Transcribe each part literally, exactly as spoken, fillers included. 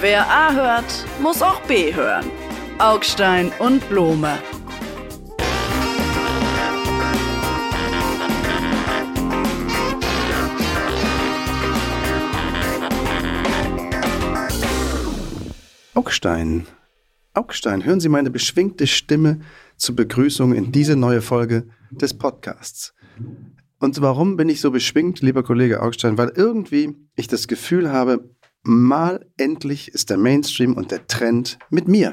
Wer A hört, muss auch B hören. Augstein und Blome. Augstein, Augstein, hören Sie meine beschwingte Stimme zur Begrüßung in diese neue Folge des Podcasts. Und warum bin ich so beschwingt, lieber Kollege Augstein? Weil irgendwie ich das Gefühl habe, mal endlich ist der Mainstream und der Trend mit mir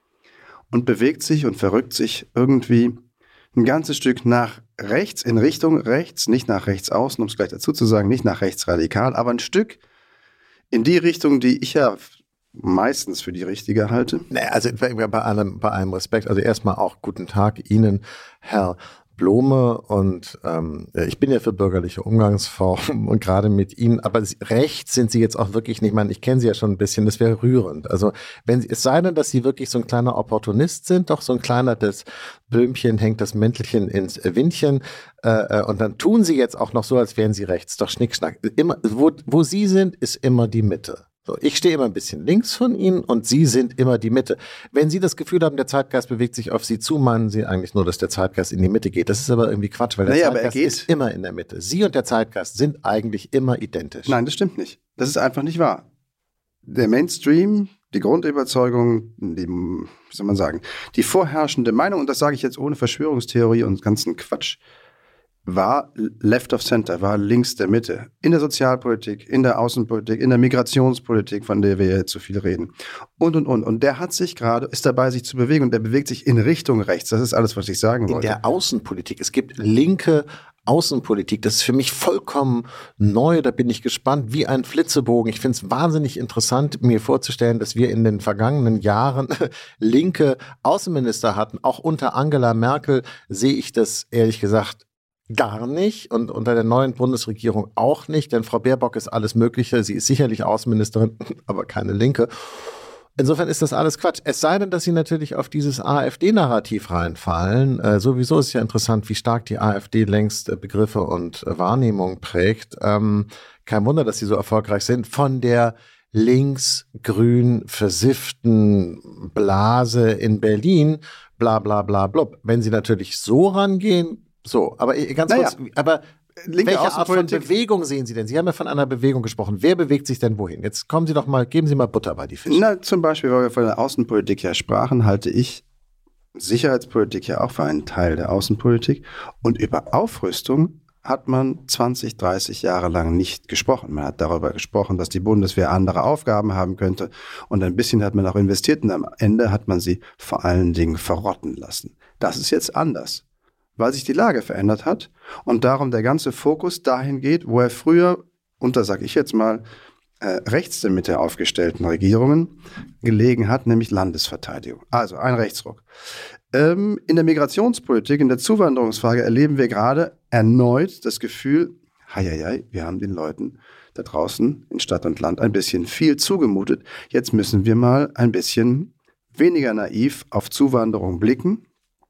und bewegt sich und verrückt sich irgendwie ein ganzes Stück nach rechts, in Richtung rechts, nicht nach rechts außen, um es gleich dazu zu sagen, nicht nach rechts radikal, aber ein Stück in die Richtung, die ich ja meistens für die richtige halte. Naja, also bei allem, bei allem Respekt, also erstmal auch guten Tag Ihnen, Herr Blome, und ähm, ich bin ja für bürgerliche Umgangsformen und gerade mit Ihnen, aber rechts sind Sie jetzt auch wirklich nicht, ich meine, ich kenne Sie ja schon ein bisschen, das wäre rührend. Also wenn Sie, es sei denn, dass Sie wirklich so ein kleiner Opportunist sind, doch so ein kleiner, das Blümchen hängt das Mäntelchen ins Windchen äh, und dann tun Sie jetzt auch noch so, als wären Sie rechts, doch Schnickschnack. Immer, wo, wo Sie sind, ist immer die Mitte. So, ich stehe immer ein bisschen links von Ihnen und Sie sind immer die Mitte. Wenn Sie das Gefühl haben, der Zeitgeist bewegt sich auf Sie zu, meinen Sie eigentlich nur, dass der Zeitgeist in die Mitte geht. Das ist aber irgendwie Quatsch, weil der naja, Zeitgeist ist immer in der Mitte. Sie und der Zeitgeist sind eigentlich immer identisch. Nein, das stimmt nicht. Das ist einfach nicht wahr. Der Mainstream, die Grundüberzeugung, die, wie soll man sagen, die vorherrschende Meinung, und das sage ich jetzt ohne Verschwörungstheorie und ganzen Quatsch, war left of center, war links der Mitte. In der Sozialpolitik, in der Außenpolitik, in der Migrationspolitik, von der wir jetzt so viel reden. Und, und, und. Und der hat sich gerade, ist dabei, sich zu bewegen und der bewegt sich in Richtung rechts. Das ist alles, was ich sagen wollte. In der Außenpolitik. Es gibt linke Außenpolitik. Das ist für mich vollkommen neu. Da bin ich gespannt, wie ein Flitzebogen. Ich finde es wahnsinnig interessant, mir vorzustellen, dass wir in den vergangenen Jahren linke Außenminister hatten. Auch unter Angela Merkel sehe ich das, ehrlich gesagt, gar nicht und unter der neuen Bundesregierung auch nicht, denn Frau Baerbock ist alles Mögliche. Sie ist sicherlich Außenministerin, aber keine Linke. Insofern ist das alles Quatsch. Es sei denn, dass Sie natürlich auf dieses AfD-Narrativ reinfallen. Äh, sowieso ist ja interessant, wie stark die AfD längst äh, Begriffe und äh, Wahrnehmung prägt. Ähm, kein Wunder, dass sie so erfolgreich sind. Von der links-grün versifften Blase in Berlin, bla bla bla blub. Wenn Sie natürlich so rangehen, so, aber ganz naja, kurz, aber welche Art von Bewegung sehen Sie denn? Sie haben ja von einer Bewegung gesprochen. Wer bewegt sich denn wohin? Jetzt kommen Sie doch mal, geben Sie mal Butter bei die Fische. Na, zum Beispiel, weil wir von der Außenpolitik ja sprachen, halte ich Sicherheitspolitik ja auch für einen Teil der Außenpolitik. Und über Aufrüstung hat man zwanzig, dreißig Jahre lang nicht gesprochen. Man hat darüber gesprochen, dass die Bundeswehr andere Aufgaben haben könnte. Und ein bisschen hat man auch investiert. Und am Ende hat man sie vor allen Dingen verrotten lassen. Das ist jetzt anders, weil sich die Lage verändert hat und darum der ganze Fokus dahin geht, wo er früher, und da sage ich jetzt mal, äh, rechts der Mitte aufgestellten Regierungen gelegen hat, nämlich Landesverteidigung. Also ein Rechtsruck. Ähm, in der Migrationspolitik, in der Zuwanderungsfrage erleben wir gerade erneut das Gefühl, heieiei, wir haben den Leuten da draußen in Stadt und Land ein bisschen viel zugemutet. Jetzt müssen wir mal ein bisschen weniger naiv auf Zuwanderung blicken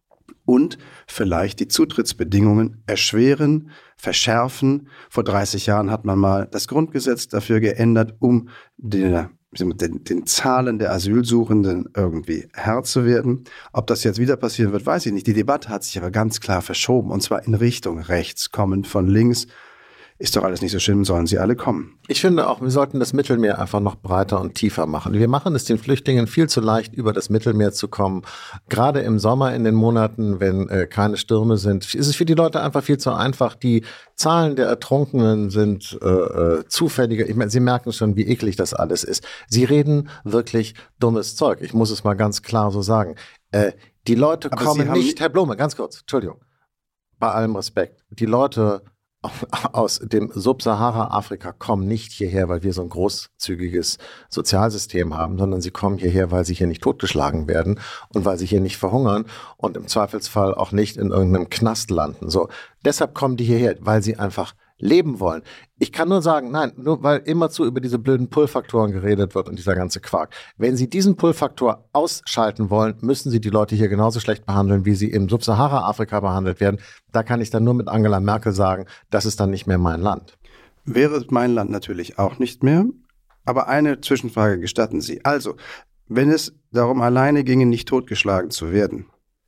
und vielleicht die Zutrittsbedingungen erschweren, verschärfen. Vor dreißig Jahren hat man mal das Grundgesetz dafür geändert, um den, den, den Zahlen der Asylsuchenden irgendwie Herr zu werden. Ob das jetzt wieder passieren wird, weiß ich nicht. Die Debatte hat sich aber ganz klar verschoben, und zwar in Richtung rechts, kommend von links. Ist doch alles nicht so schlimm, sollen sie alle kommen. Ich finde auch, wir sollten das Mittelmeer einfach noch breiter und tiefer machen. Wir machen es den Flüchtlingen viel zu leicht, über das Mittelmeer zu kommen. Gerade im Sommer, in den Monaten, wenn äh, keine Stürme sind, ist es für die Leute einfach viel zu einfach. Die Zahlen der Ertrunkenen sind äh, äh, zufälliger. Ich meine, Sie merken schon, wie eklig das alles ist. Sie reden wirklich dummes Zeug. Ich muss es mal ganz klar so sagen. Äh, die Leute Aber kommen nicht, Herr Blome, ganz kurz, Entschuldigung, bei allem Respekt, die Leute aus dem Subsahara-Afrika kommen nicht hierher, weil wir so ein großzügiges Sozialsystem haben, sondern sie kommen hierher, weil sie hier nicht totgeschlagen werden und weil sie hier nicht verhungern und im Zweifelsfall auch nicht in irgendeinem Knast landen. So, deshalb kommen die hierher, weil sie einfach leben wollen. Ich kann nur sagen, nein, nur weil immerzu über diese blöden Pull-Faktoren geredet wird und dieser ganze Quark. Wenn Sie diesen Pull-Faktor ausschalten wollen, müssen Sie die Leute hier genauso schlecht behandeln, wie sie im Subsahara-Afrika behandelt werden. Da kann ich dann nur mit Angela Merkel sagen, das ist dann nicht mehr mein Land. Wäre mein Land natürlich auch nicht mehr. Aber eine Zwischenfrage gestatten Sie. Also, wenn es darum alleine ginge, nicht totgeschlagen zu werden,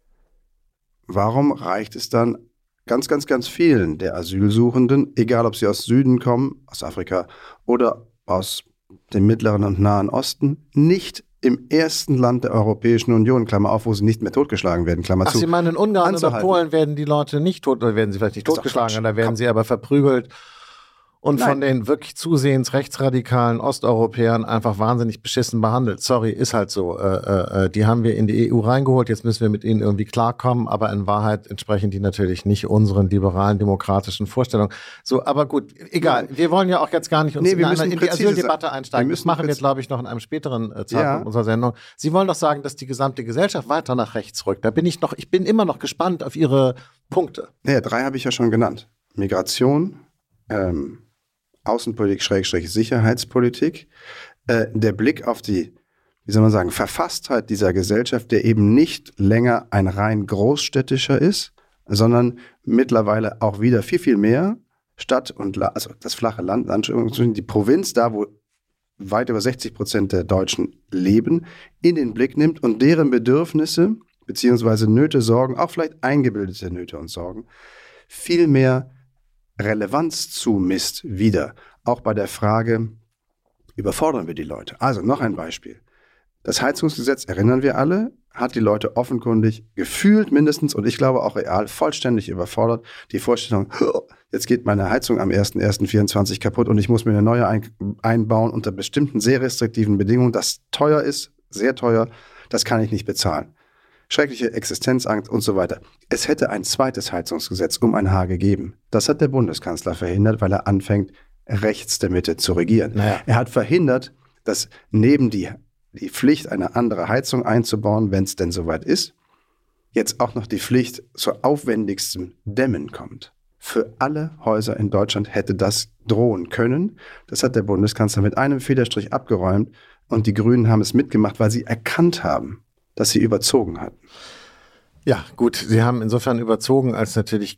warum reicht es dann ganz, ganz, ganz vielen der Asylsuchenden, egal ob sie aus Süden kommen, aus Afrika oder aus dem Mittleren und Nahen Osten, nicht im ersten Land der Europäischen Union, Klammer auf, wo sie nicht mehr totgeschlagen werden, Klammer Ach, zu. Sie meinen, in Ungarn oder Polen werden die Leute nicht tot, oder werden sie vielleicht nicht totgeschlagen, da werden Komm. sie aber verprügelt und Nein. von den wirklich zusehends rechtsradikalen Osteuropäern einfach wahnsinnig beschissen behandelt. Sorry, ist halt so. Äh, äh, die haben wir in die E U reingeholt, jetzt müssen wir mit ihnen irgendwie klarkommen, aber in Wahrheit entsprechen die natürlich nicht unseren liberalen, demokratischen Vorstellungen. So, aber gut, egal. Nein. Wir wollen ja auch jetzt gar nicht uns Nee, in, wir einer, müssen in die präzise Asyldebatte sein. einsteigen. Wir Das müssen machen wir, präz- glaube ich, noch in einem späteren äh, Zeitpunkt Ja. unserer Sendung. Sie wollen doch sagen, dass die gesamte Gesellschaft weiter nach rechts rückt. Da bin ich noch, ich bin immer noch gespannt auf Ihre Punkte. Naja, drei habe ich ja schon genannt. Migration, ähm, Außenpolitik, Schrägstrich Sicherheitspolitik, äh, der Blick auf die, wie soll man sagen, Verfasstheit dieser Gesellschaft, der eben nicht länger ein rein großstädtischer ist, sondern mittlerweile auch wieder viel, viel mehr Stadt und, La- also das flache Land, die Provinz, da wo weit über sechzig Prozent der Deutschen leben, in den Blick nimmt und deren Bedürfnisse beziehungsweise Nöte, Sorgen, auch vielleicht eingebildete Nöte und Sorgen, viel mehr Relevanz zumisst wieder. Auch bei der Frage, überfordern wir die Leute? Also noch ein Beispiel. Das Heizungsgesetz, erinnern wir alle, hat die Leute offenkundig gefühlt mindestens und ich glaube auch real vollständig überfordert. Die Vorstellung, jetzt geht meine Heizung am erster erster vierundzwanzig kaputt und ich muss mir eine neue ein- einbauen unter bestimmten sehr restriktiven Bedingungen, das teuer ist, sehr teuer, das kann ich nicht bezahlen. Schreckliche Existenzangst und so weiter. Es hätte ein zweites Heizungsgesetz um ein Haar gegeben. Das hat der Bundeskanzler verhindert, weil er anfängt, rechts der Mitte zu regieren. Naja. Er hat verhindert, dass neben die, die Pflicht, eine andere Heizung einzubauen, wenn es denn soweit ist, jetzt auch noch die Pflicht zur aufwendigsten Dämmen kommt. Für alle Häuser in Deutschland hätte das drohen können. Das hat der Bundeskanzler mit einem Federstrich abgeräumt und die Grünen haben es mitgemacht, weil sie erkannt haben, dass sie überzogen hatten. Ja, gut, Sie haben insofern überzogen, als natürlich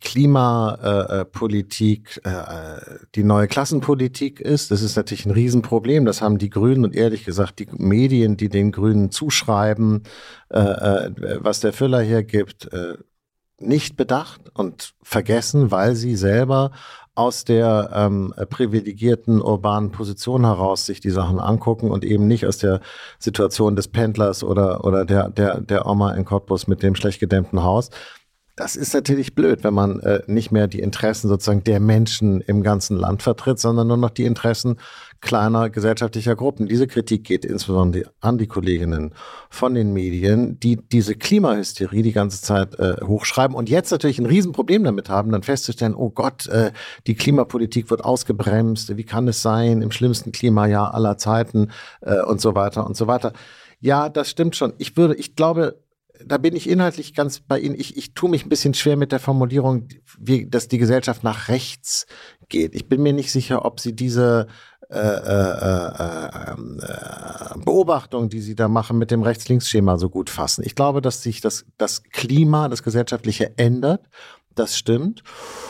Klimapolitik äh, äh, die neue Klassenpolitik ist. Das ist natürlich ein Riesenproblem. Das haben die Grünen und ehrlich gesagt die Medien, die den Grünen zuschreiben, äh, äh, was der Füller hier gibt, äh, nicht bedacht und vergessen, weil sie selber aus der ähm, privilegierten urbanen Position heraus sich die Sachen angucken und eben nicht aus der Situation des Pendlers oder, oder der, der, der Oma in Cottbus mit dem schlecht gedämmten Haus. Das ist natürlich blöd, wenn man äh, nicht mehr die Interessen sozusagen der Menschen im ganzen Land vertritt, sondern nur noch die Interessen kleiner gesellschaftlicher Gruppen. Diese Kritik geht insbesondere an die Kolleginnen von den Medien, die diese Klimahysterie die ganze Zeit äh, hochschreiben und jetzt natürlich ein Riesenproblem damit haben, dann festzustellen, oh Gott, äh, die Klimapolitik wird ausgebremst, wie kann es sein, im schlimmsten Klimajahr aller Zeiten äh, und so weiter und so weiter. Ja, das stimmt schon. Ich würde, ich glaube, da bin ich inhaltlich ganz bei Ihnen. Ich, ich tue mich ein bisschen schwer mit der Formulierung, wie, dass die Gesellschaft nach rechts geht. Ich bin mir nicht sicher, ob Sie diese äh, äh, äh, äh, Beobachtung, die Sie da machen, mit dem Rechts-Links-Schema so gut fassen. Ich glaube, dass sich das, das Klima, das Gesellschaftliche ändert. Das stimmt.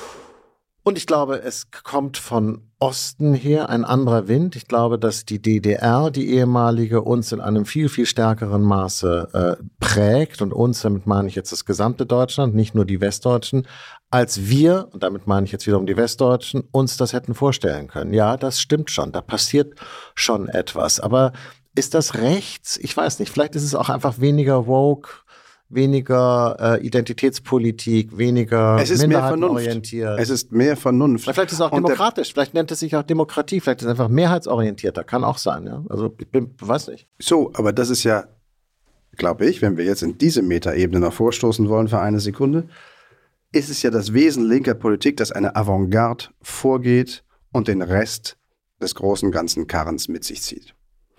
Und ich glaube, es kommt von Osten her ein anderer Wind. Ich glaube, dass die D D R, die ehemalige, uns in einem viel, viel stärkeren Maße äh, prägt. Und uns, damit meine ich jetzt das gesamte Deutschland, nicht nur die Westdeutschen, als wir, und damit meine ich jetzt wiederum die Westdeutschen, uns das hätten vorstellen können. Ja, das stimmt schon. Da passiert schon etwas. Aber ist das rechts? Ich weiß nicht. Vielleicht ist es auch einfach weniger woke, weniger äh, Identitätspolitik, weniger Es ist mehr Vernunft. minderheitenorientiert. Es ist mehr Vernunft. Vielleicht ist es auch Und der- demokratisch, vielleicht nennt es sich auch Demokratie, vielleicht ist es einfach mehrheitsorientierter, kann auch sein. Ja? Also ich bin, weiß nicht. So, aber das ist ja, glaube ich, wenn wir jetzt in diese Metaebene noch vorstoßen wollen für eine Sekunde, ist es ja das Wesen linker Politik, dass eine Avantgarde vorgeht und den Rest des großen ganzen Karrens mit sich zieht.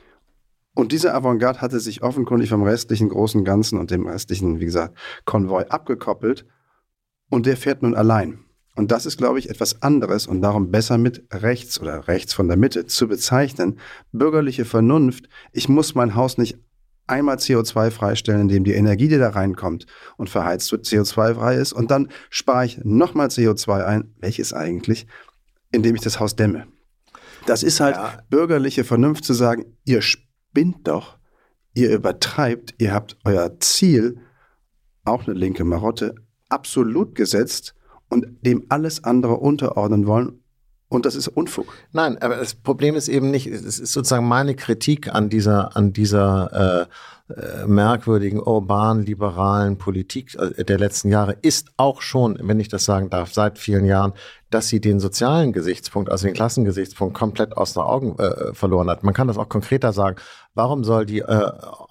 Und diese Avantgarde hatte sich offenkundig vom restlichen großen Ganzen und dem restlichen, wie gesagt, Konvoi abgekoppelt und der fährt nun allein. Und das ist, glaube ich, etwas anderes und darum besser mit rechts oder rechts von der Mitte zu bezeichnen. Bürgerliche Vernunft, ich muss mein Haus nicht einmal C O zwei freistellen, indem die Energie, die da reinkommt und verheizt wird, C O zwei frei ist und dann spare ich nochmal C O zwei ein, welches eigentlich, indem ich das Haus dämme. Das ist halt Ja. bürgerliche Vernunft zu sagen, ihr spinnt doch, ihr übertreibt, ihr habt euer Ziel, auch eine linke Marotte, absolut gesetzt und dem alles andere unterordnen wollen. Und das ist Unfug. Nein, aber das Problem ist eben nicht, es ist sozusagen meine Kritik an dieser, an dieser äh, äh, merkwürdigen, urban, liberalen Politik der letzten Jahre ist auch schon, wenn ich das sagen darf, seit vielen Jahren, dass sie den sozialen Gesichtspunkt, also den Klassengesichtspunkt komplett aus den Augen äh, verloren hat. Man kann das auch konkreter sagen. Warum soll die äh,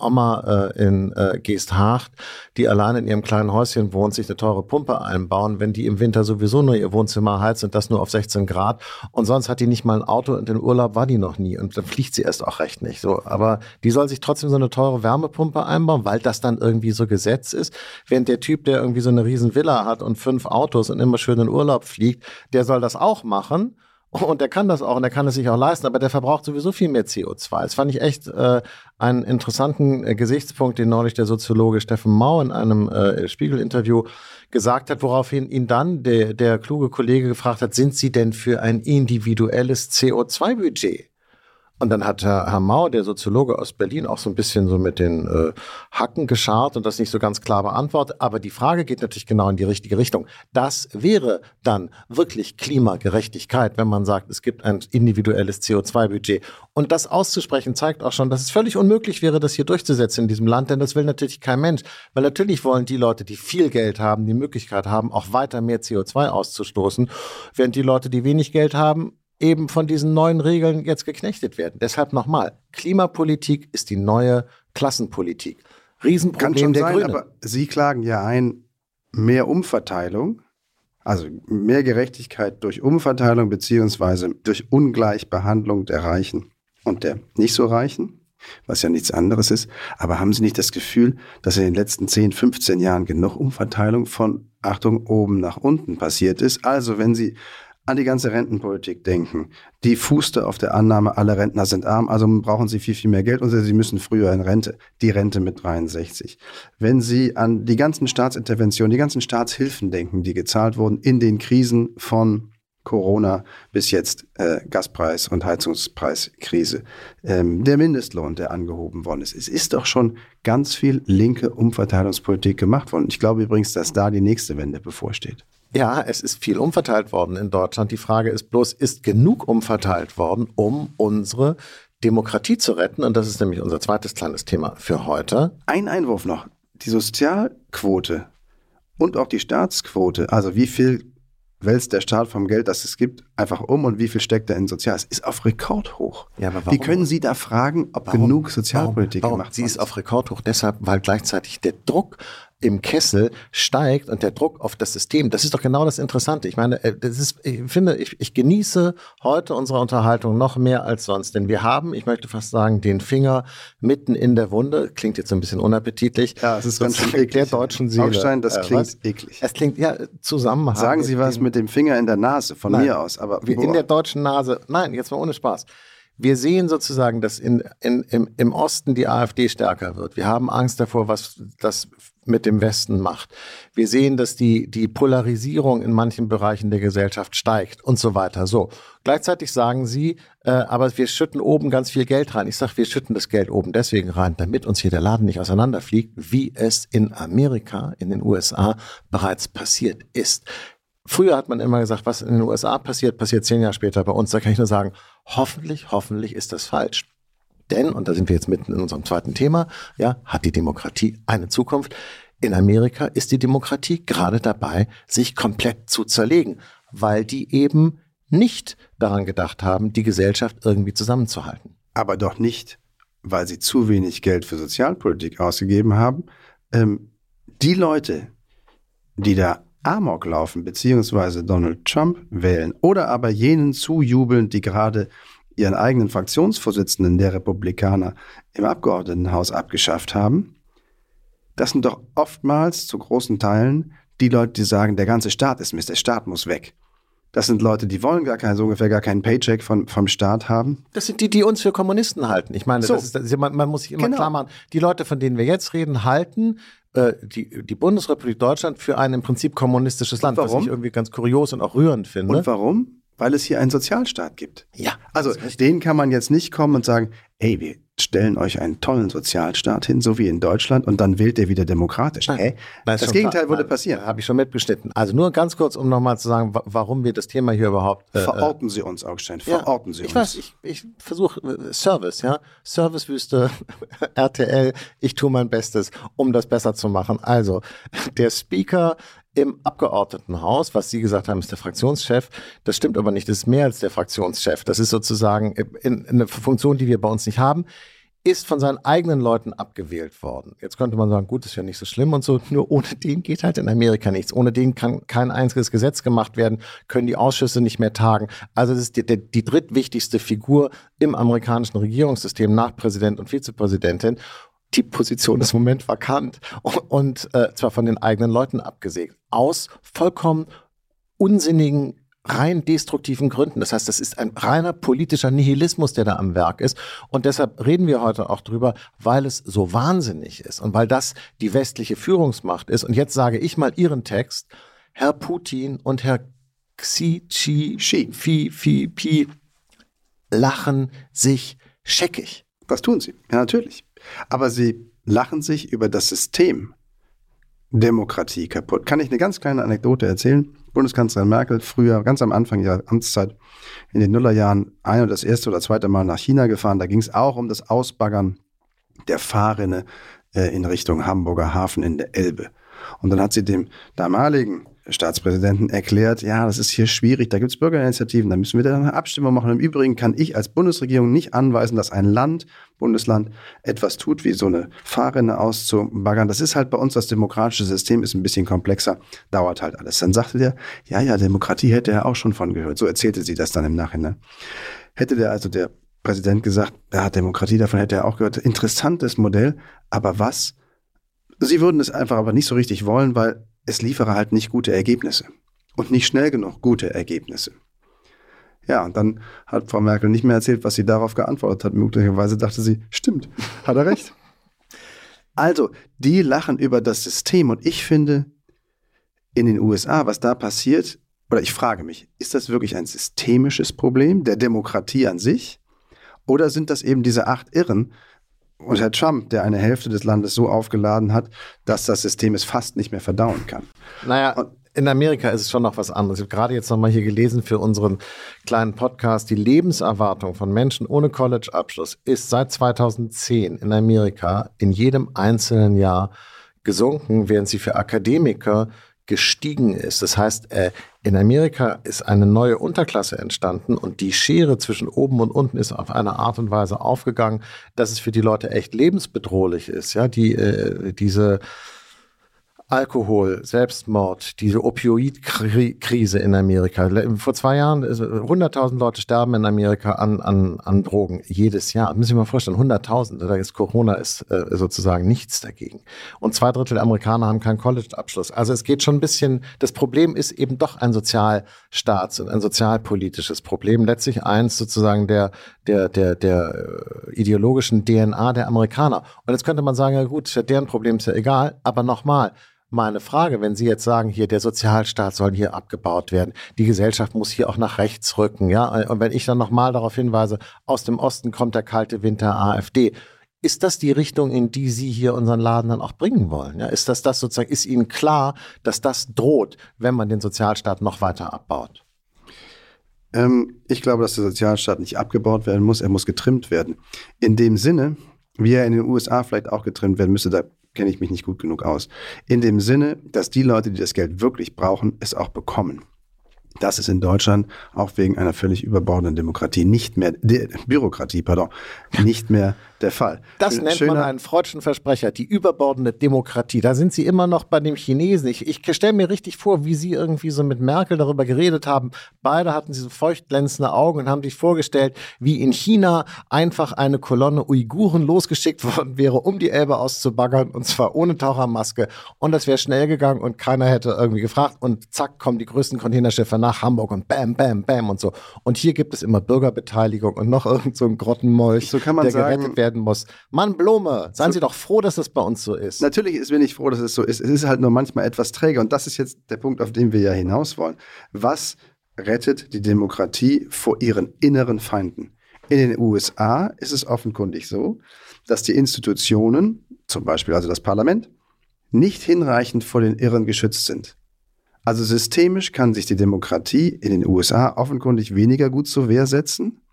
Oma äh, in äh, Geesthacht, die allein in ihrem kleinen Häuschen wohnt, sich eine teure Pumpe einbauen, wenn die im Winter sowieso nur ihr Wohnzimmer heizt und das nur auf sechzehn Grad und sonst hat die nicht mal ein Auto und in Urlaub war die noch nie und dann fliegt sie erst auch recht nicht. So, aber die soll sich trotzdem so eine teure Wärmepumpe einbauen, weil das dann irgendwie so Gesetz ist, während der Typ, der irgendwie so eine riesen Villa hat und fünf Autos und immer schön in Urlaub fliegt, der soll das auch machen. Und der kann das auch und der kann es sich auch leisten, aber der verbraucht sowieso viel mehr C O zwei. Das fand ich echt äh, einen interessanten äh, Gesichtspunkt, den neulich der Soziologe Steffen Mau in einem äh, Spiegel-Interview gesagt hat, woraufhin ihn dann der, der kluge Kollege gefragt hat, sind Sie denn für ein individuelles C O zwei Budget? Und dann hat Herr, Herr Mau, der Soziologe aus Berlin, auch so ein bisschen so mit den äh, Hacken geschart und das nicht so ganz klar beantwortet. Aber die Frage geht natürlich genau in die richtige Richtung. Das wäre dann wirklich Klimagerechtigkeit, wenn man sagt, es gibt ein individuelles C O zwei Budget. Und das auszusprechen zeigt auch schon, dass es völlig unmöglich wäre, das hier durchzusetzen in diesem Land, denn das will natürlich kein Mensch. Weil natürlich wollen die Leute, die viel Geld haben, die Möglichkeit haben, auch weiter mehr C O zwei auszustoßen, während die Leute, die wenig Geld haben, eben von diesen neuen Regeln jetzt geknechtet werden. Deshalb nochmal, Klimapolitik ist die neue Klassenpolitik. Riesenproblem Kann schon der sein, Grünen. aber Sie klagen ja ein, mehr Umverteilung, also mehr Gerechtigkeit durch Umverteilung beziehungsweise durch Ungleichbehandlung der Reichen und der nicht so Reichen, was ja nichts anderes ist. Aber haben Sie nicht das Gefühl, dass in den letzten zehn, fünfzehn Jahren genug Umverteilung von, Achtung, oben nach unten passiert ist? Also wenn Sie an die ganze Rentenpolitik denken. Die fußte auf der Annahme, alle Rentner sind arm, also brauchen sie viel, viel mehr Geld und sie müssen früher in Rente, die Rente mit dreiundsechzig. Wenn Sie an die ganzen Staatsinterventionen, die ganzen Staatshilfen denken, die gezahlt wurden in den Krisen von Corona bis jetzt äh, Gaspreis- und Heizungspreiskrise, ähm, der Mindestlohn, der angehoben worden ist. Es ist doch schon ganz viel linke Umverteilungspolitik gemacht worden. Ich glaube übrigens, dass da die nächste Wende bevorsteht. Ja, es ist viel umverteilt worden in Deutschland. Die Frage ist bloß, ist genug umverteilt worden, um unsere Demokratie zu retten? Und das ist nämlich unser zweites kleines Thema für heute. Ein Einwurf noch. Die Sozialquote und auch die Staatsquote, also wie viel wälzt der Staat vom Geld, das es gibt, einfach um und wie viel steckt er in Sozial? Es ist auf Rekordhoch. Ja, aber warum? Wie können Sie da fragen, ob Warum? genug Sozialpolitik warum? gemacht Sie worden ist auf Rekordhoch deshalb, weil gleichzeitig der Druck im Kessel steigt und der Druck auf das System, das ist doch genau das Interessante. Ich meine, das ist, ich finde, ich, ich genieße heute unsere Unterhaltung noch mehr als sonst, denn wir haben, ich möchte fast sagen, den Finger mitten in der Wunde. Klingt jetzt ein bisschen unappetitlich. Ja, es ist ganz schön eklig. Der deutschen Seele. Augstein, das Äh, klingt was? eklig. Es klingt, ja, zusammen. Sagen Sie was mit dem Finger in der Nase, von Nein. mir aus. Aber Wir in der deutschen Nase, nein, jetzt mal ohne Spaß. Wir sehen sozusagen, dass in, in, im, im Osten die AfD stärker wird. Wir haben Angst davor, was das mit dem Westen macht. Wir sehen, dass die, die Polarisierung in manchen Bereichen der Gesellschaft steigt und so weiter. So. Gleichzeitig sagen sie, äh, aber wir schütten oben ganz viel Geld rein. Ich sage, wir schütten das Geld oben deswegen rein, damit uns hier der Laden nicht auseinanderfliegt, wie es in Amerika, in den U S A bereits passiert ist. Früher hat man immer gesagt, was in den U S A passiert, passiert zehn Jahre später bei uns. Da kann ich nur sagen, hoffentlich, hoffentlich ist das falsch. Denn, und da sind wir jetzt mitten in unserem zweiten Thema, ja, hat die Demokratie eine Zukunft? In Amerika ist die Demokratie gerade dabei, sich komplett zu zerlegen, weil die eben nicht daran gedacht haben, die Gesellschaft irgendwie zusammenzuhalten. Aber doch nicht, weil sie zu wenig Geld für Sozialpolitik ausgegeben haben. Ähm, die Leute, die da Amok laufen, beziehungsweise Donald Trump wählen oder aber jenen zujubeln, die gerade ihren eigenen Fraktionsvorsitzenden der Republikaner im Abgeordnetenhaus abgeschafft haben, das sind doch oftmals zu großen Teilen die Leute, die sagen, der ganze Staat ist Mist, der Staat muss weg. Das sind Leute, die wollen gar keinen, so ungefähr gar keinen Paycheck von, vom Staat haben. Das sind die, die uns für Kommunisten halten. Ich meine, So. das ist, das ist, man, man muss sich immer Genau. klar machen, die Leute, von denen wir jetzt reden, halten äh, die, die Bundesrepublik Deutschland für ein im Prinzip kommunistisches Land, was warum? ich irgendwie ganz kurios und auch rührend finde. Und warum? weil es hier einen Sozialstaat gibt. Ja. Also denen kann man jetzt nicht kommen und sagen, ey, wir stellen euch einen tollen Sozialstaat hin, so wie in Deutschland, und dann wählt ihr wieder demokratisch. Nein, Hey, das, das Gegenteil würde passieren. Habe ich schon mitbeschnitten. Also nur ganz kurz, um nochmal zu sagen, warum wir das Thema hier überhaupt... Äh, verorten Sie uns, Augstein, verorten ja, Sie ich uns. Weiß, ich, ich versuche äh, Service, ja, Servicewüste, R T L, ich tue mein Bestes, um das besser zu machen. Also, der Speaker im Abgeordnetenhaus, was Sie gesagt haben, ist der Fraktionschef. Das stimmt aber nicht, das ist mehr als der Fraktionschef. Das ist sozusagen in, in eine Funktion, die wir bei uns nicht haben, ist von seinen eigenen Leuten abgewählt worden. Jetzt könnte man sagen, gut, ist ja nicht so schlimm und so, nur ohne den geht halt in Amerika nichts. Ohne den kann kein einziges Gesetz gemacht werden, können die Ausschüsse nicht mehr tagen. Also das ist die, die, die drittwichtigste Figur im amerikanischen Regierungssystem nach Präsident und Vizepräsidentin. Die Position ist im Moment vakant und, und äh, zwar von den eigenen Leuten abgesägt. Aus vollkommen unsinnigen, rein destruktiven Gründen. Das heißt, das ist ein reiner politischer Nihilismus, der da am Werk ist. Und deshalb reden wir heute auch drüber, weil es so wahnsinnig ist und weil das die westliche Führungsmacht ist. Und jetzt sage ich mal Ihren Text. Herr Putin und Herr Xi Jinping lachen sich scheckig. Das tun sie, ja natürlich. Aber sie lachen sich über das System Demokratie kaputt. Kann ich eine ganz kleine Anekdote erzählen? Bundeskanzlerin Merkel, früher, ganz am Anfang ihrer Amtszeit, in den Nullerjahren, ein oder das erste oder zweite Mal nach China gefahren. Da ging es auch um das Ausbaggern der Fahrrinne äh, in Richtung Hamburger Hafen in der Elbe. Und dann hat sie dem damaligen Staatspräsidenten erklärt, ja, das ist hier schwierig, da gibt es Bürgerinitiativen, da müssen wir dann eine Abstimmung machen. Im Übrigen kann ich als Bundesregierung nicht anweisen, dass ein Land, Bundesland, etwas tut, wie so eine Fahrrinne auszubaggern. Das ist halt bei uns, das demokratische System ist ein bisschen komplexer, dauert halt alles. Dann sagte der, ja, ja, Demokratie hätte er auch schon von gehört. So erzählte sie das dann im Nachhinein. Hätte der also der Präsident gesagt, ja, Demokratie, davon hätte er auch gehört. Interessantes Modell, aber was? Sie würden es einfach aber nicht so richtig wollen, weil es liefere halt nicht gute Ergebnisse und nicht schnell genug gute Ergebnisse. Ja, und dann hat Frau Merkel nicht mehr erzählt, was sie darauf geantwortet hat. Möglicherweise dachte sie, stimmt, hat er recht. Also, die lachen über das System und ich finde, in den U S A, was da passiert, oder ich frage mich, ist das wirklich ein systemisches Problem der Demokratie an sich? Oder sind das eben diese acht Irren, und Herr Trump, der eine Hälfte des Landes so aufgeladen hat, dass das System es fast nicht mehr verdauen kann? Naja, und in Amerika ist es schon noch was anderes. Ich habe gerade jetzt nochmal hier gelesen für unseren kleinen Podcast, die Lebenserwartung von Menschen ohne College-Abschluss ist seit zweitausendzehn in Amerika in jedem einzelnen Jahr gesunken, während sie für Akademiker gestiegen ist. Das heißt, äh, in Amerika ist eine neue Unterklasse entstanden und die Schere zwischen oben und unten ist auf eine Art und Weise aufgegangen, dass es für die Leute echt lebensbedrohlich ist. Ja, die, äh, diese Alkohol, Selbstmord, diese Opioidkrise in Amerika. Vor zwei Jahren, hunderttausend Leute sterben in Amerika an, an, an Drogen jedes Jahr. Das müssen Sie sich mal vorstellen, hunderttausend. Da ist Corona ist äh, sozusagen nichts dagegen. Und zwei Drittel der Amerikaner haben keinen College-Abschluss. Also es geht schon ein bisschen, das Problem ist eben doch ein Sozialstaats- und ein sozialpolitisches Problem. Letztlich eins sozusagen der, der, der, der ideologischen D N A der Amerikaner. Und jetzt könnte man sagen, ja gut, deren Problem ist ja egal, aber nochmal, meine Frage, wenn Sie jetzt sagen, hier der Sozialstaat soll hier abgebaut werden, die Gesellschaft muss hier auch nach rechts rücken, ja, und wenn ich dann nochmal darauf hinweise, aus dem Osten kommt der kalte Winter AfD, ist das die Richtung, in die Sie hier unseren Laden dann auch bringen wollen? Ja, ist das das sozusagen, ist Ihnen klar, dass das droht, wenn man den Sozialstaat noch weiter abbaut? Ähm, ich glaube, dass der Sozialstaat nicht abgebaut werden muss, er muss getrimmt werden. In dem Sinne, wie er in den U S A vielleicht auch getrimmt werden müsste, da kenne ich mich nicht gut genug aus. In dem Sinne, dass die Leute, die das Geld wirklich brauchen, es auch bekommen. Das ist in Deutschland auch wegen einer völlig überbordenden Demokratie nicht mehr, de, Bürokratie, pardon, nicht mehr der Fall. Das Schön, nennt schöner, man einen freudschen Versprecher, die überbordende Demokratie. Da sind Sie immer noch bei dem Chinesen. Ich, ich stelle mir richtig vor, wie Sie irgendwie so mit Merkel darüber geredet haben. Beide hatten sie so feucht glänzende Augen und haben sich vorgestellt, wie in China einfach eine Kolonne Uiguren losgeschickt worden wäre, um die Elbe auszubaggern, und zwar ohne Tauchermaske. Und das wäre schnell gegangen und keiner hätte irgendwie gefragt. Und zack, kommen die größten Containerschiffe nach Hamburg und bam, bam, bam und so. Und hier gibt es immer Bürgerbeteiligung und noch irgend so ein Grottenmolch, so kann man der sagen, gerettet werden muss. Mann, Blume, seien so, Sie doch froh, dass das bei uns so ist. Natürlich ist, bin ich froh, dass es so ist. Es ist halt nur manchmal etwas träger. Und das ist jetzt der Punkt, auf den wir ja hinaus wollen. Was rettet die Demokratie vor ihren inneren Feinden. In den U S A ist es offenkundig so, dass die Institutionen, zum Beispiel also das Parlament, nicht hinreichend vor den Irren geschützt sind. Also systemisch kann sich die Demokratie in den U S A offenkundig weniger gut zur Wehr setzen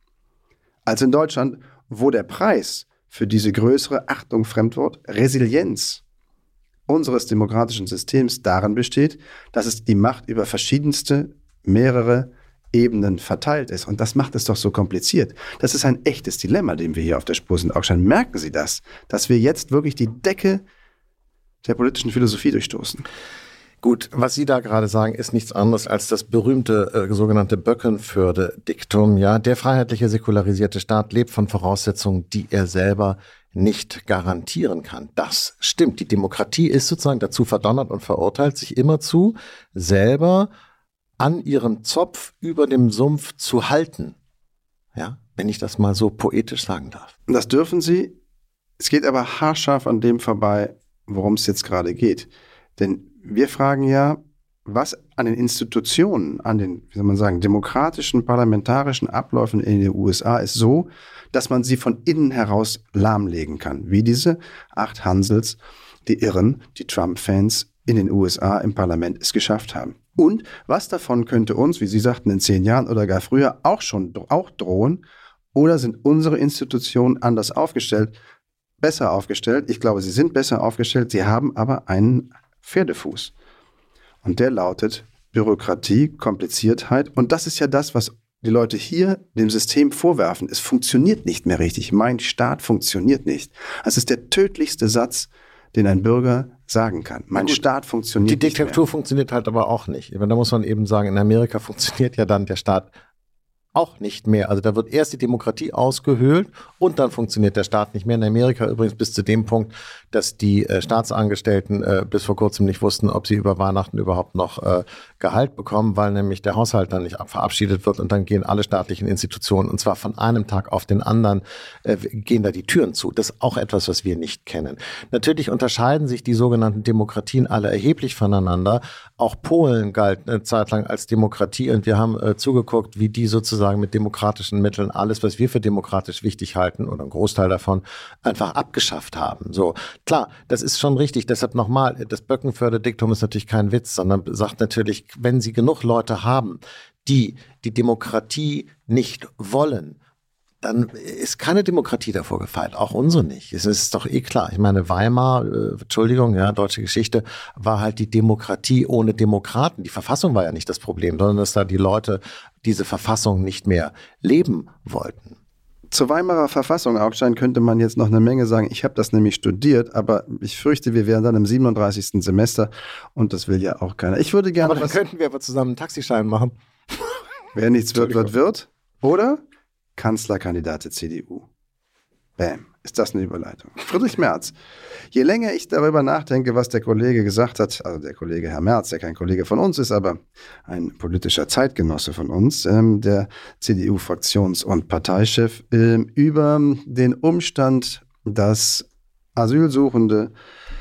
als in Deutschland, wo der Preis für diese größere, Achtung, Fremdwort, Resilienz unseres demokratischen Systems darin besteht, dass es die Macht über verschiedenste, mehrere Ebenen verteilt ist. Und das macht es doch so kompliziert. Das ist ein echtes Dilemma, dem wir hier auf der Spur sind. Augstein, merken Sie das, dass wir jetzt wirklich die Decke der politischen Philosophie durchstoßen? Gut, was Sie da gerade sagen, ist nichts anderes als das berühmte äh, sogenannte Böckenförde-Diktum. Ja, der freiheitliche, säkularisierte Staat lebt von Voraussetzungen, die er selber nicht garantieren kann. Das stimmt. Die Demokratie ist sozusagen dazu verdonnert und verurteilt, sich immerzu selber an ihrem Zopf über dem Sumpf zu halten. Ja, wenn ich das mal so poetisch sagen darf. Das dürfen Sie. Es geht aber haarscharf an dem vorbei, worum es jetzt gerade geht. Denn wir fragen ja, was an den Institutionen, an den, wie soll man sagen, demokratischen, parlamentarischen Abläufen in den U S A ist so, dass man sie von innen heraus lahmlegen kann. Wie diese acht Hansels, die Irren, die Trump-Fans in den U S A im Parlament es geschafft haben. Und was davon könnte uns, wie Sie sagten, in zehn Jahren oder gar früher auch schon auch drohen? Oder sind unsere Institutionen anders aufgestellt, besser aufgestellt? Ich glaube, sie sind besser aufgestellt, sie haben aber einen Pferdefuß. Und der lautet Bürokratie, Kompliziertheit. Und das ist ja das, was die Leute hier dem System vorwerfen. Es funktioniert nicht mehr richtig. Mein Staat funktioniert nicht. Das ist der tödlichste Satz, den ein Bürger sagen kann. Mein Gut, Staat funktioniert nicht mehr. Die Diktatur funktioniert halt aber auch nicht. Da muss man eben sagen, in Amerika funktioniert ja dann der Staat auch nicht mehr. Also da wird erst die Demokratie ausgehöhlt und dann funktioniert der Staat nicht mehr. In Amerika übrigens bis zu dem Punkt, dass die äh, Staatsangestellten äh, bis vor kurzem nicht wussten, ob sie über Weihnachten überhaupt noch äh, Gehalt bekommen, weil nämlich der Haushalt dann nicht verabschiedet wird und dann gehen alle staatlichen Institutionen, und zwar von einem Tag auf den anderen, äh, gehen da die Türen zu. Das ist auch etwas, was wir nicht kennen. Natürlich unterscheiden sich die sogenannten Demokratien alle erheblich voneinander. Auch Polen galt eine Zeit lang als Demokratie und wir haben äh, zugeguckt, wie die sozusagen mit demokratischen Mitteln alles, was wir für demokratisch wichtig halten oder einen Großteil davon, einfach abgeschafft haben. So, klar, das ist schon richtig. Deshalb nochmal, das Böckenförde-Diktum ist natürlich kein Witz, sondern sagt natürlich, wenn Sie genug Leute haben, die die Demokratie nicht wollen, dann ist keine Demokratie davor gefeit, auch unsere nicht. Es ist doch eh klar. Ich meine, Weimar, äh, Entschuldigung, ja, deutsche Geschichte, war halt die Demokratie ohne Demokraten. Die Verfassung war ja nicht das Problem, sondern dass da die Leute diese Verfassung nicht mehr leben wollten. Zur Weimarer Verfassung, Augstein, könnte man jetzt noch eine Menge sagen. Ich habe das nämlich studiert, aber ich fürchte, wir wären dann im siebenunddreißigsten Semester und das will ja auch keiner. Ich würde gerne. Aber dann was könnten wir aber zusammen einen Taxischein machen. Wer nichts wird, wird, wird. Oder Kanzlerkandidat der C D U. Bam. Ist das eine Überleitung? Friedrich Merz. Je länger ich darüber nachdenke, was der Kollege gesagt hat, also der Kollege Herr Merz, der kein Kollege von uns ist, aber ein politischer Zeitgenosse von uns, ähm, der C D U-Fraktions- und Parteichef, ähm, über den Umstand, dass Asylsuchende,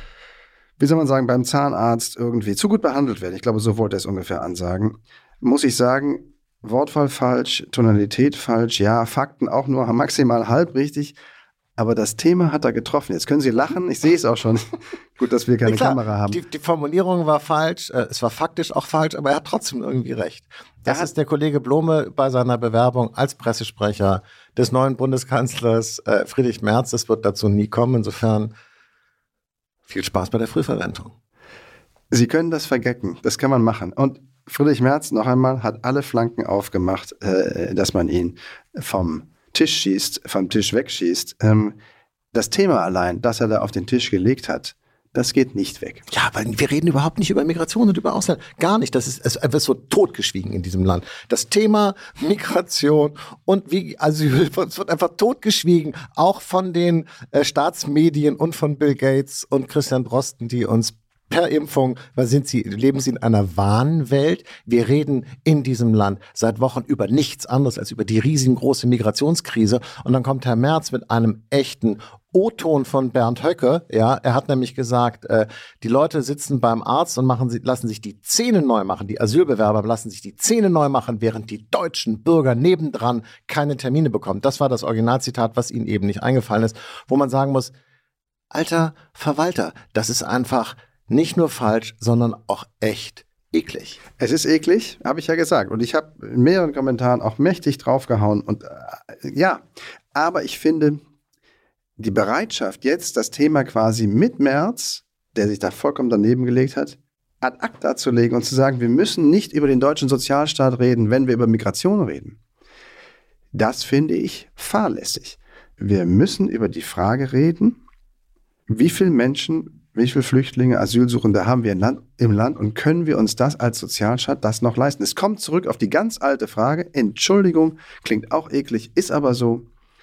wie soll man sagen, beim Zahnarzt irgendwie zu gut behandelt werden. Ich glaube, so wollte er es ungefähr ansagen. Muss ich sagen, Wortwahl falsch, Tonalität falsch, ja, Fakten auch nur maximal halb richtig. Aber das Thema hat er getroffen. Jetzt können Sie lachen, ich sehe es auch schon. Gut, dass wir keine ja, klar, Kamera haben. Die, die Formulierung war falsch, äh, es war faktisch auch falsch, aber er hat trotzdem irgendwie recht. Das ist der Kollege Blome bei seiner Bewerbung als Pressesprecher des neuen Bundeskanzlers äh, Friedrich Merz. Das wird dazu nie kommen. Insofern viel Spaß bei der Frühverrentung. Sie können das vergecken, das kann man machen. Und Friedrich Merz, noch einmal, hat alle Flanken aufgemacht, äh, dass man ihn vom Tisch schießt, vom Tisch wegschießt. Ähm, das Thema allein, das er da auf den Tisch gelegt hat, das geht nicht weg. Ja, weil wir reden überhaupt nicht über Migration und über Ausland. Gar nicht. Das ist, es wird so totgeschwiegen in diesem Land. Das Thema Migration und wie Asyl, es wird einfach totgeschwiegen. Auch von den äh, Staatsmedien und von Bill Gates und Christian Drosten, die uns per Impfung, weil sind sie, leben sie in einer Wahnwelt. Wir reden in diesem Land seit Wochen über nichts anderes als über die riesengroße Migrationskrise. Und dann kommt Herr Merz mit einem echten, O-Ton von Bernd Höcke. Ja, er hat nämlich gesagt, äh, die Leute sitzen beim Arzt und machen sie, lassen sich die Zähne neu machen. Die Asylbewerber lassen sich die Zähne neu machen, während die deutschen Bürger nebendran keine Termine bekommen. Das war das Originalzitat, was ihnen eben nicht eingefallen ist, wo man sagen muss, alter Verwalter, das ist einfach nicht nur falsch, sondern auch echt eklig. Es ist eklig, habe ich ja gesagt. Und ich habe in mehreren Kommentaren auch mächtig draufgehauen. Und äh, ja, aber ich finde, die Bereitschaft jetzt, das Thema quasi mit Merz, der sich da vollkommen daneben gelegt hat, ad acta zu legen und zu sagen, wir müssen nicht über den deutschen Sozialstaat reden, wenn wir über Migration reden. Das finde ich fahrlässig. Wir müssen über die Frage reden, wie viele Menschen, wie viele Flüchtlinge, Asylsuchende haben wir im Land, im Land und können wir uns das als Sozialstaat das noch leisten? Es kommt zurück auf die ganz alte Frage, Entschuldigung, klingt auch eklig, ist aber so.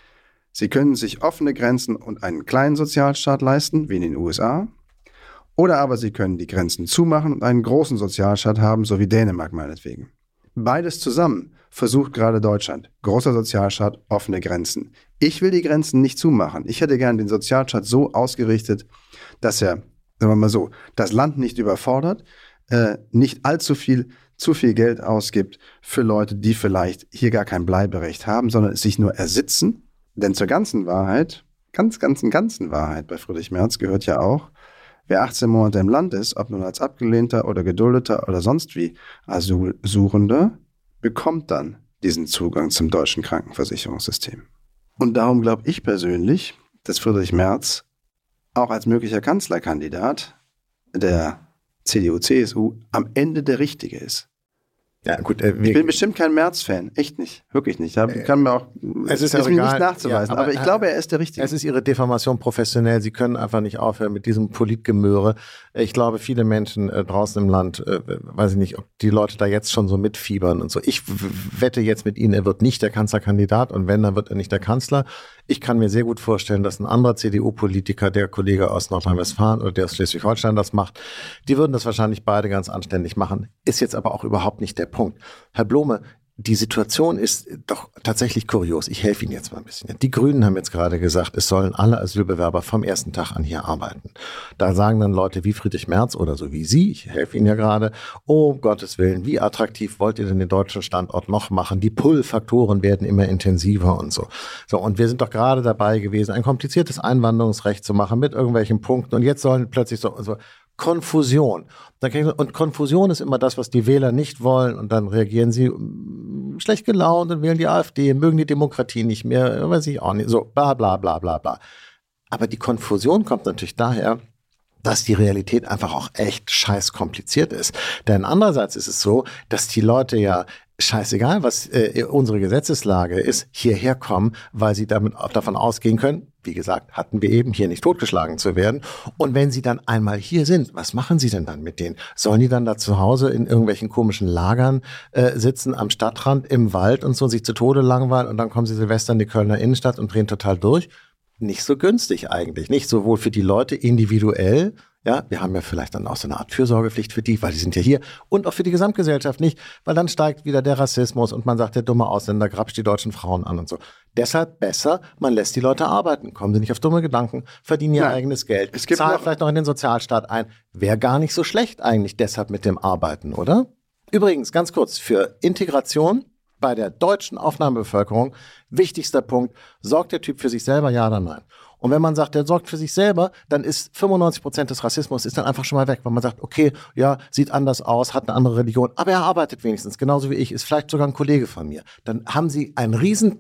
Sie können sich offene Grenzen und einen kleinen Sozialstaat leisten, wie in den U S A, oder aber Sie können die Grenzen zumachen und einen großen Sozialstaat haben, so wie Dänemark meinetwegen. Beides zusammen versucht gerade Deutschland. Großer Sozialstaat, offene Grenzen. Ich will die Grenzen nicht zumachen. Ich hätte gern den Sozialstaat so ausgerichtet, dass er, sagen wir mal so, das Land nicht überfordert, äh, nicht allzu viel, zu viel Geld ausgibt für Leute, die vielleicht hier gar kein Bleiberecht haben, sondern es sich nur ersitzen. Denn zur ganzen Wahrheit, ganz, ganzen, ganzen Wahrheit bei Friedrich Merz gehört ja auch, wer achtzehn Monate im Land ist, ob nun als Abgelehnter oder Geduldeter oder sonst wie Asylsuchender, bekommt dann diesen Zugang zum deutschen Krankenversicherungssystem. Und darum glaube ich persönlich, dass Friedrich Merz auch als möglicher Kanzlerkandidat der C D U C S U am Ende der Richtige ist. Ja, gut, äh, ich bin bestimmt kein Merz-Fan, echt nicht, wirklich nicht. Da kann mir auch, es ist, ist mir nicht nachzuweisen, ja, aber, aber ich glaube, er ist der Richtige. Es ist Ihre Diffamation professionell. Sie können einfach nicht aufhören mit diesem Politgemöre. Ich glaube, viele Menschen äh, draußen im Land, äh, weiß ich nicht, ob die Leute da jetzt schon so mitfiebern und so. Ich wette jetzt mit Ihnen, er wird nicht der Kanzlerkandidat und wenn, dann wird er nicht der Kanzler. Ich kann mir sehr gut vorstellen, dass ein anderer C D U-Politiker, der Kollege aus Nordrhein-Westfalen oder der aus Schleswig-Holstein das macht, die würden das wahrscheinlich beide ganz anständig machen. Ist jetzt aber auch überhaupt nicht der Punkt. Herr Blome, die Situation ist doch tatsächlich kurios. Ich helfe Ihnen jetzt mal ein bisschen. Die Grünen haben jetzt gerade gesagt, es sollen alle Asylbewerber vom ersten Tag an hier arbeiten. Da sagen dann Leute wie Friedrich Merz oder so wie Sie, ich helfe Ihnen ja gerade, oh um Gottes Willen, wie attraktiv wollt ihr denn den deutschen Standort noch machen? Die Pull-Faktoren werden immer intensiver und so. So, und wir sind doch gerade dabei gewesen, ein kompliziertes Einwanderungsrecht zu machen mit irgendwelchen Punkten und jetzt sollen plötzlich so, so Konfusion. Und Konfusion ist immer das, was die Wähler nicht wollen und dann reagieren sie schlecht gelaunt und wählen die AfD, mögen die Demokratie nicht mehr, weiß ich auch nicht, so bla bla bla bla bla. Aber die Konfusion kommt natürlich daher, dass die Realität einfach auch echt scheiß kompliziert ist. Denn andererseits ist es so, dass die Leute ja scheißegal, was äh, unsere Gesetzeslage ist, hierher kommen, weil sie damit auch davon ausgehen können, wie gesagt, hatten wir eben, hier nicht totgeschlagen zu werden. Und wenn sie dann einmal hier sind, was machen sie denn dann mit denen? Sollen die dann da zu Hause in irgendwelchen komischen Lagern äh, sitzen, am Stadtrand, im Wald und so, sich zu Tode langweilen und dann kommen sie Silvester in die Kölner Innenstadt und drehen total durch? Nicht so günstig eigentlich, nicht sowohl für die Leute individuell, ja, wir haben ja vielleicht dann auch so eine Art Fürsorgepflicht für die, weil die sind ja hier, und auch für die Gesamtgesellschaft nicht, weil dann steigt wieder der Rassismus und man sagt, der dumme Ausländer grapscht die deutschen Frauen an und so. Deshalb besser, man lässt die Leute arbeiten, kommen sie nicht auf dumme Gedanken, verdienen ihr Nein, eigenes Geld, es gibt zahlen noch vielleicht noch in den Sozialstaat ein. Wäre gar nicht so schlecht eigentlich deshalb mit dem Arbeiten, oder? Übrigens, ganz kurz, für Integration bei der deutschen Aufnahmebevölkerung, wichtigster Punkt, sorgt der Typ für sich selber, ja oder nein? Und wenn man sagt, der sorgt für sich selber, dann ist fünfundneunzig Prozent des Rassismus ist dann einfach schon mal weg, weil man sagt, okay, ja, sieht anders aus, hat eine andere Religion, aber er arbeitet wenigstens, genauso wie ich, ist vielleicht sogar ein Kollege von mir. Dann haben sie ein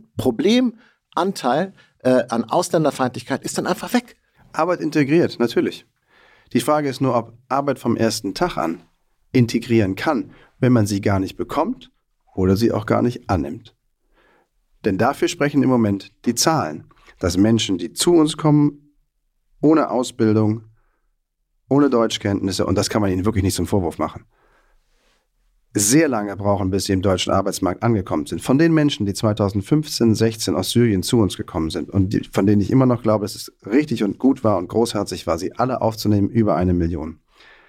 Riesenproblemanteil äh, an Ausländerfeindlichkeit, ist dann einfach weg. Arbeit integriert, natürlich. Die Frage ist nur, ob Arbeit vom ersten Tag an integrieren kann, wenn man sie gar nicht bekommt oder sie auch gar nicht annimmt. Denn dafür sprechen im Moment die Zahlen. Dass Menschen, die zu uns kommen, ohne Ausbildung, ohne Deutschkenntnisse, und das kann man ihnen wirklich nicht zum Vorwurf machen, sehr lange brauchen, bis sie im deutschen Arbeitsmarkt angekommen sind. Von den Menschen, die zweitausendfünfzehn, sechzehn aus Syrien zu uns gekommen sind und die, von denen ich immer noch glaube, dass es richtig und gut war und großherzig war, sie alle aufzunehmen, über eine Million,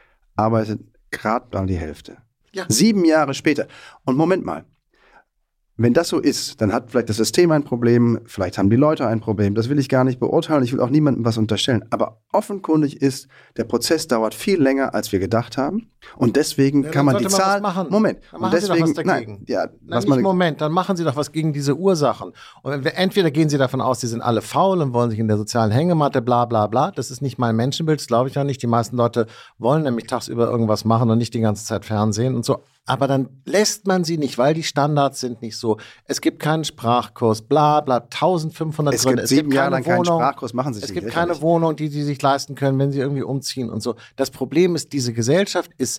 arbeitet gerade mal die Hälfte. Ja. Sieben Jahre später. Und Moment mal, Wenn das so ist, dann hat vielleicht das System ein Problem, vielleicht haben die Leute ein Problem. Das will ich gar nicht beurteilen. Ich will auch niemandem was unterstellen. Aber offenkundig ist, der Prozess dauert viel länger, als wir gedacht haben. Und deswegen ja, kann man die Zahlen... Moment. Dann machen und deswegen, Sie doch was dagegen. Nein, ja, nein, was nicht man, Moment, dann machen Sie doch was gegen diese Ursachen. Und entweder gehen Sie davon aus, die sind alle faul und wollen sich in der sozialen Hängematte, bla bla bla. Das ist nicht mein Menschenbild, das glaube ich ja nicht. Die meisten Leute wollen nämlich tagsüber irgendwas machen und nicht die ganze Zeit Fernsehen und so. Aber dann lässt man sie nicht, weil die Standards sind nicht so. Es gibt keinen Sprachkurs, bla bla, eintausendfünfhundert es Gründe. Gibt sieben Jahre lang keinen Sprachkurs, machen Sie es Es nicht gibt keine lächerlich. Wohnung, die sie sich leisten können, wenn sie irgendwie umziehen und so. Das Problem ist, diese Gesellschaft ist,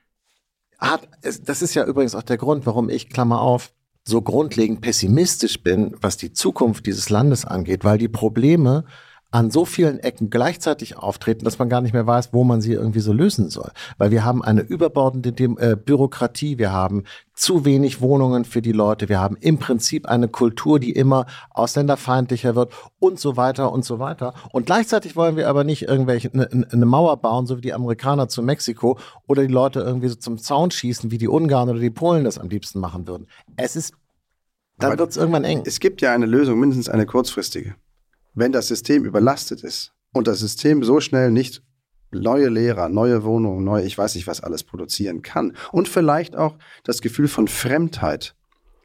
hat, das ist ja übrigens auch der Grund, warum ich, Klammer auf, so grundlegend pessimistisch bin, was die Zukunft dieses Landes angeht, weil die Probleme an so vielen Ecken gleichzeitig auftreten, dass man gar nicht mehr weiß, wo man sie irgendwie so lösen soll. Weil wir haben eine überbordende Dem- äh, Bürokratie, wir haben zu wenig Wohnungen für die Leute, wir haben im Prinzip eine Kultur, die immer ausländerfeindlicher wird und so weiter und so weiter. Und gleichzeitig wollen wir aber nicht irgendwelche eine ne Mauer bauen, so wie die Amerikaner zu Mexiko, oder die Leute irgendwie so zum Zaun schießen, wie die Ungarn oder die Polen das am liebsten machen würden. Es ist, dann wird es irgendwann eng. Es gibt ja eine Lösung, mindestens eine kurzfristige. Wenn das System überlastet ist und das System so schnell nicht neue Lehrer, neue Wohnungen, neue, ich weiß nicht, was alles produzieren kann und vielleicht auch das Gefühl von Fremdheit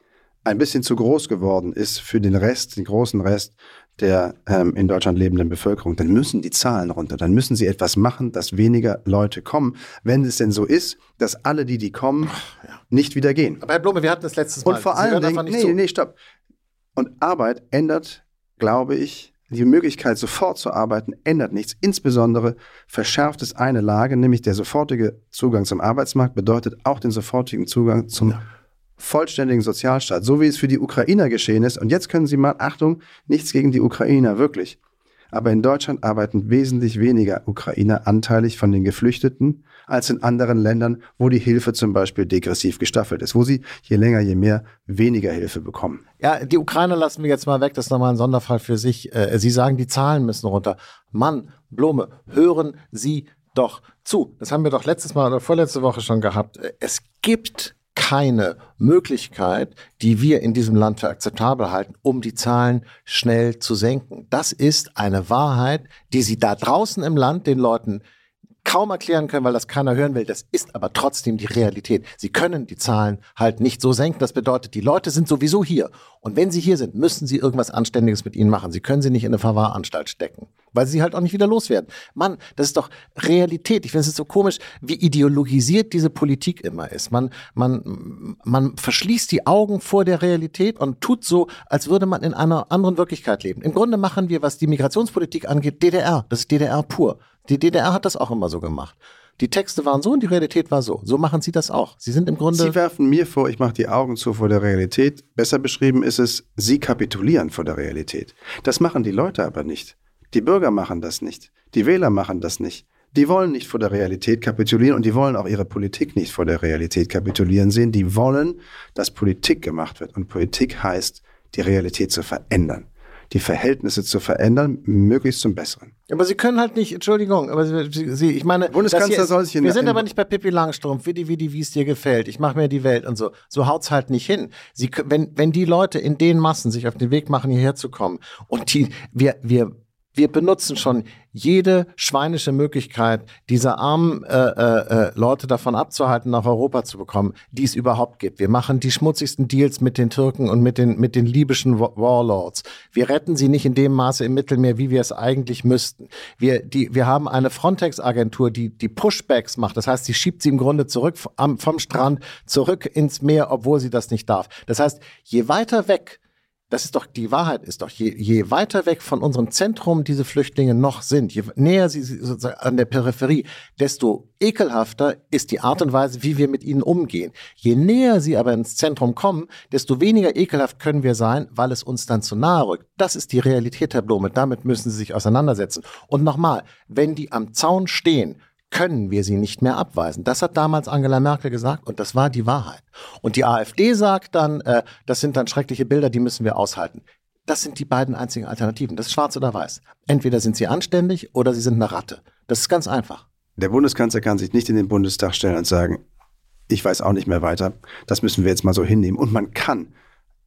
ein bisschen zu groß geworden ist für den Rest, den großen Rest der ähm, in Deutschland lebenden Bevölkerung, dann müssen die Zahlen runter, dann müssen sie etwas machen, dass weniger Leute kommen, wenn es denn so ist, dass alle, die die kommen, ja. nicht wieder gehen. Aber Herr Blume, wir hatten das letztes Mal. Und vor allen Dingen, nee, nee, stopp. Und Arbeit ändert, glaube ich, die Möglichkeit, sofort zu arbeiten, ändert nichts. Insbesondere verschärft es eine Lage, nämlich der sofortige Zugang zum Arbeitsmarkt bedeutet auch den sofortigen Zugang zum ja. vollständigen Sozialstaat, so wie es für die Ukrainer geschehen ist. Und jetzt können Sie mal, Achtung, nichts gegen die Ukrainer, wirklich. Aber in Deutschland arbeiten wesentlich weniger Ukrainer anteilig von den Geflüchteten als in anderen Ländern, wo die Hilfe zum Beispiel degressiv gestaffelt ist, wo sie je länger, je mehr weniger Hilfe bekommen. Ja, die Ukrainer lassen wir jetzt mal weg, das ist nochmal ein Sonderfall für sich. Sie sagen, die Zahlen müssen runter. Mann, Blume, hören Sie doch zu. Das haben wir doch letztes Mal oder vorletzte Woche schon gehabt. Es gibt keine Möglichkeit, die wir in diesem Land für akzeptabel halten, um die Zahlen schnell zu senken. Das ist eine Wahrheit, die Sie da draußen im Land den Leuten kaum erklären können, weil das keiner hören will. Das ist aber trotzdem die Realität. Sie können die Zahlen halt nicht so senken. Das bedeutet, die Leute sind sowieso hier. Und wenn sie hier sind, müssen sie irgendwas Anständiges mit ihnen machen. Sie können sie nicht in eine Verwahranstalt stecken, weil sie halt auch nicht wieder loswerden. Mann, das ist doch Realität. Ich finde es so komisch, wie ideologisiert diese Politik immer ist. Man, man, man verschließt die Augen vor der Realität und tut so, als würde man in einer anderen Wirklichkeit leben. Im Grunde machen wir, was die Migrationspolitik angeht, D D R. Das ist D D R pur. Die D D R hat das auch immer so gemacht. Die Texte waren so und die Realität war so. So machen Sie das auch. Sie sind im Grunde... Sie werfen mir vor, ich mache die Augen zu vor der Realität. Besser beschrieben ist es, Sie kapitulieren vor der Realität. Das machen die Leute aber nicht. Die Bürger machen das nicht. Die Wähler machen das nicht. Die wollen nicht vor der Realität kapitulieren und die wollen auch ihre Politik nicht vor der Realität kapitulieren sehen. Die wollen, dass Politik gemacht wird. Und Politik heißt, die Realität zu verändern. Die Verhältnisse zu verändern, möglichst zum Besseren. Aber Sie können halt nicht, Entschuldigung, aber Sie, Sie ich meine, Bundeskanzler soll sich in wir sind aber nicht bei Pippi Langstrumpf, wie die, wie die, wie es dir gefällt. Ich mache mir die Welt und so. So haut's halt nicht hin. Sie, wenn, wenn die Leute in den Massen sich auf den Weg machen, hierher zu kommen und die, wir, wir, wir benutzen schon jede schweinische Möglichkeit, diese armen äh, äh, Leute davon abzuhalten, nach Europa zu bekommen, die es überhaupt gibt. Wir machen die schmutzigsten Deals mit den Türken und mit den, mit den libyschen Warlords. Wir retten sie nicht in dem Maße im Mittelmeer, wie wir es eigentlich müssten. Wir, die, wir haben eine Frontex-Agentur, die die Pushbacks macht. Das heißt, sie schiebt sie im Grunde zurück vom, vom Strand, zurück ins Meer, obwohl sie das nicht darf. Das heißt, je weiter weg, das ist doch, die Wahrheit ist doch, je, je weiter weg von unserem Zentrum diese Flüchtlinge noch sind, je näher sie sozusagen an der Peripherie, desto ekelhafter ist die Art und Weise, wie wir mit ihnen umgehen. Je näher sie aber ins Zentrum kommen, desto weniger ekelhaft können wir sein, weil es uns dann zu nahe rückt. Das ist die Realität, Herr Blume, damit müssen Sie sich auseinandersetzen. Und nochmal, wenn die am Zaun stehen, können wir sie nicht mehr abweisen. Das hat damals Angela Merkel gesagt und das war die Wahrheit. Und die AfD sagt dann, äh, das sind dann schreckliche Bilder, die müssen wir aushalten. Das sind die beiden einzigen Alternativen. Das ist schwarz oder weiß. Entweder sind sie anständig oder sie sind eine Ratte. Das ist ganz einfach. Der Bundeskanzler kann sich nicht in den Bundestag stellen und sagen, ich weiß auch nicht mehr weiter, das müssen wir jetzt mal so hinnehmen. Und man kann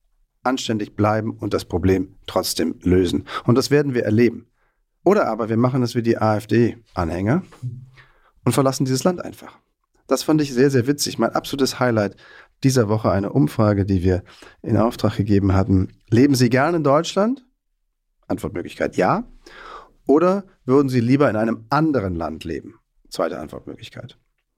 anständig bleiben und das Problem trotzdem lösen. Und das werden wir erleben. Oder aber wir machen es wie die AfD-Anhänger und verlassen dieses Land einfach. Das fand ich sehr, sehr witzig. Mein absolutes Highlight dieser Woche, eine Umfrage, die wir in Auftrag gegeben hatten. Leben Sie gerne in Deutschland? Antwortmöglichkeit ja. Oder würden Sie lieber in einem anderen Land leben? Zweite Antwortmöglichkeit.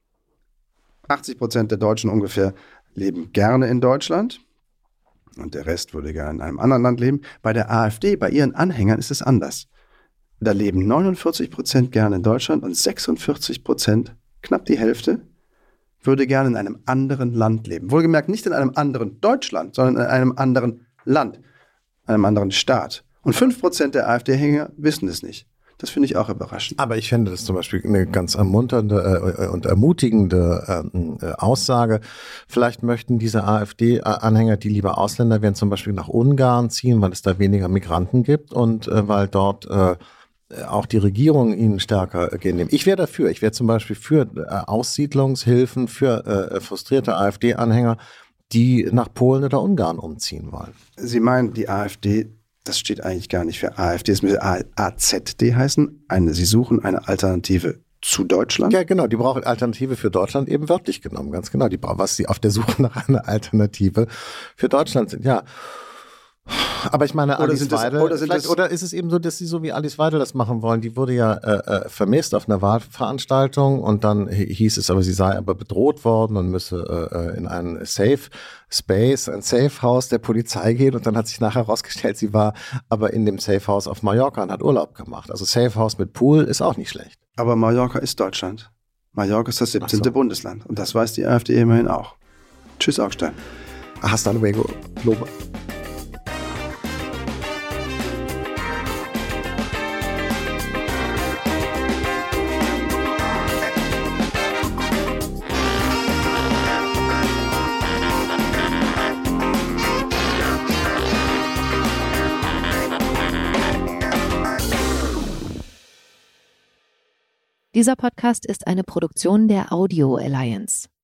achtzig Prozent der Deutschen ungefähr leben gerne in Deutschland und der Rest würde gerne in einem anderen Land leben. Bei der AfD, bei ihren Anhängern ist es anders. Da leben neunundvierzig Prozent gerne in Deutschland und sechsundvierzig Prozent, knapp die Hälfte, würde gerne in einem anderen Land leben. Wohlgemerkt nicht in einem anderen Deutschland, sondern in einem anderen Land, einem anderen Staat. Und fünf Prozent der AfD-Hänger wissen es nicht. Das finde ich auch überraschend. Aber ich fände das zum Beispiel eine ganz ermunternde äh, und ermutigende äh, Aussage. Vielleicht möchten diese AfD-Anhänger, die lieber Ausländer wären, zum Beispiel nach Ungarn ziehen, weil es da weniger Migranten gibt und äh, weil dort äh, auch die Regierung ihnen stärker gehen nehmen. Ich wäre dafür. Ich wäre zum Beispiel für äh, Aussiedlungshilfen für äh, frustrierte AfD-Anhänger, die nach Polen oder Ungarn umziehen wollen. Sie meinen, die AfD, das steht eigentlich gar nicht für AfD, es müsste A Z D heißen. Eine, Sie suchen eine Alternative zu Deutschland? Ja, genau. Die brauchen Alternative für Deutschland eben wörtlich genommen. Ganz genau. Die brauchen, was sie auf der Suche nach einer Alternative für Deutschland sind. Ja. Aber ich meine, oder Alice Weidel, oder, vielleicht, oder ist es eben so, dass sie so wie Alice Weidel das machen wollen? Die wurde ja äh, vermisst auf einer Wahlveranstaltung und dann hieß es aber, sie sei aber bedroht worden und müsse äh, in einen Safe Space, ein Safe House der Polizei gehen und dann hat sich nachher herausgestellt, sie war aber in dem Safe House auf Mallorca und hat Urlaub gemacht. Also Safe House mit Pool ist auch nicht schlecht. Aber Mallorca ist Deutschland. Mallorca ist das siebzehnte. So. Bundesland und das weiß die AfD immerhin auch. Tschüss, Augstein. Hasta luego, Lobe. Dieser Podcast ist eine Produktion der Audio Alliance.